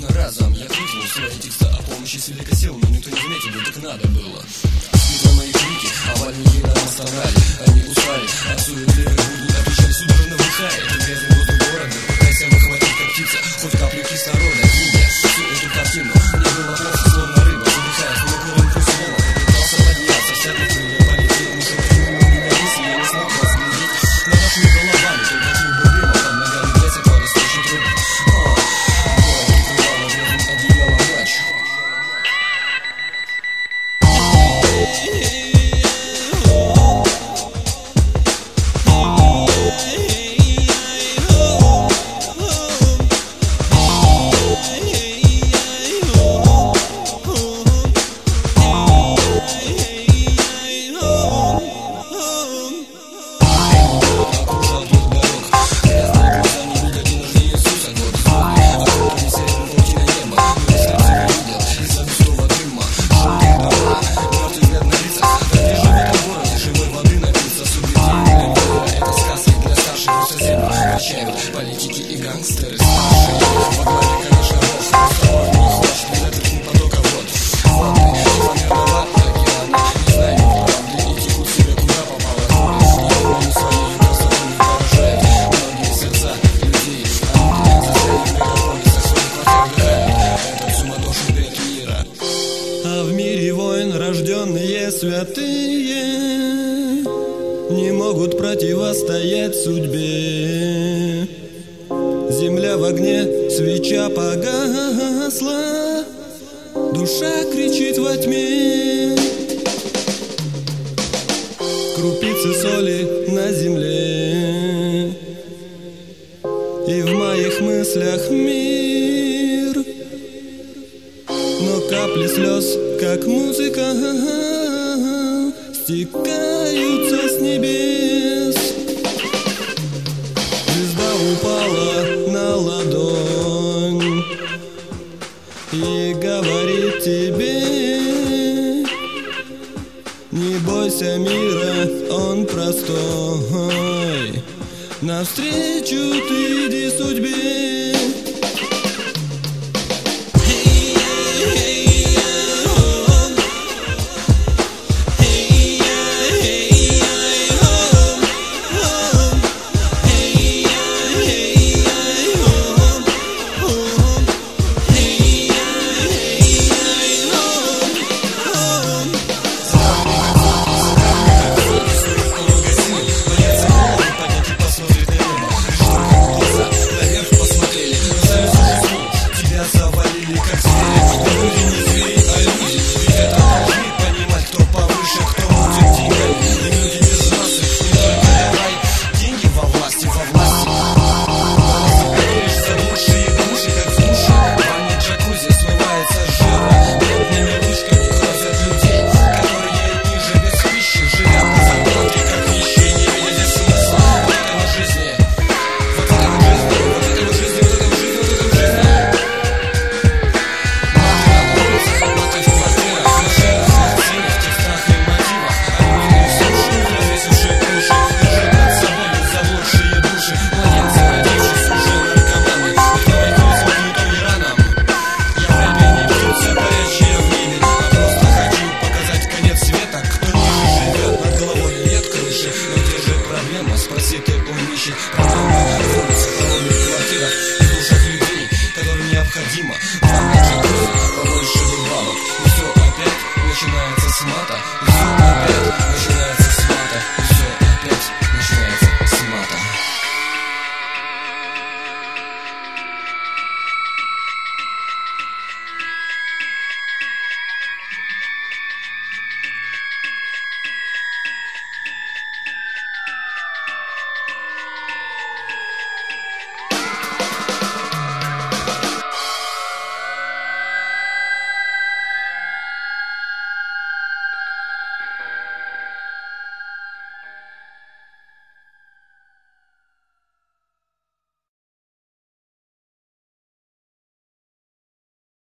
внезапно разом я крикнул свои текста о помощи с великой силой, но никто не заметил, да так надо было. Несмотря на мои крики, овальники нам оставляли, они устали от суетливых будней, отвечали судорожно вдыхая этот грязный воздух города, пытаясь выхватить как птица хоть каплю кислорода. Видя всю эту картину, мне было плохо, словно рыба, задыхаясь на накрытом пустому, пытался подняться, вся на крылья полетел, но что-то у меня мысли, я не смог разглядеть над нашими головами, только клубы дыма под ногами грязь, это растущий труп. Политики и гангстеры старшие во главе, конечно, Бог устал, не хочет без этого потока вод. Воды, планироват океаны, не знаю правды и текут себе куда попало. И своей красотой не поражает многие сердца людей. Они застряли в мегаполисах, своих квартир вдыхают этот суматошный бред мира. А в мире войн рожденные святые не могут противостоять судьбе. Земля в огне, свеча погасла, душа кричит во тьме. Крупицы соли на земле, и в моих мыслях мир. Но капли слез, как музыка, стекаются с небес. Звезда упала на ладонь и говорит тебе: не бойся мира, он простой, навстречу ты иди судьбе. Спроси ты у нищих, проблема в улицах, холодных квартирах и душах людей, которым необходимо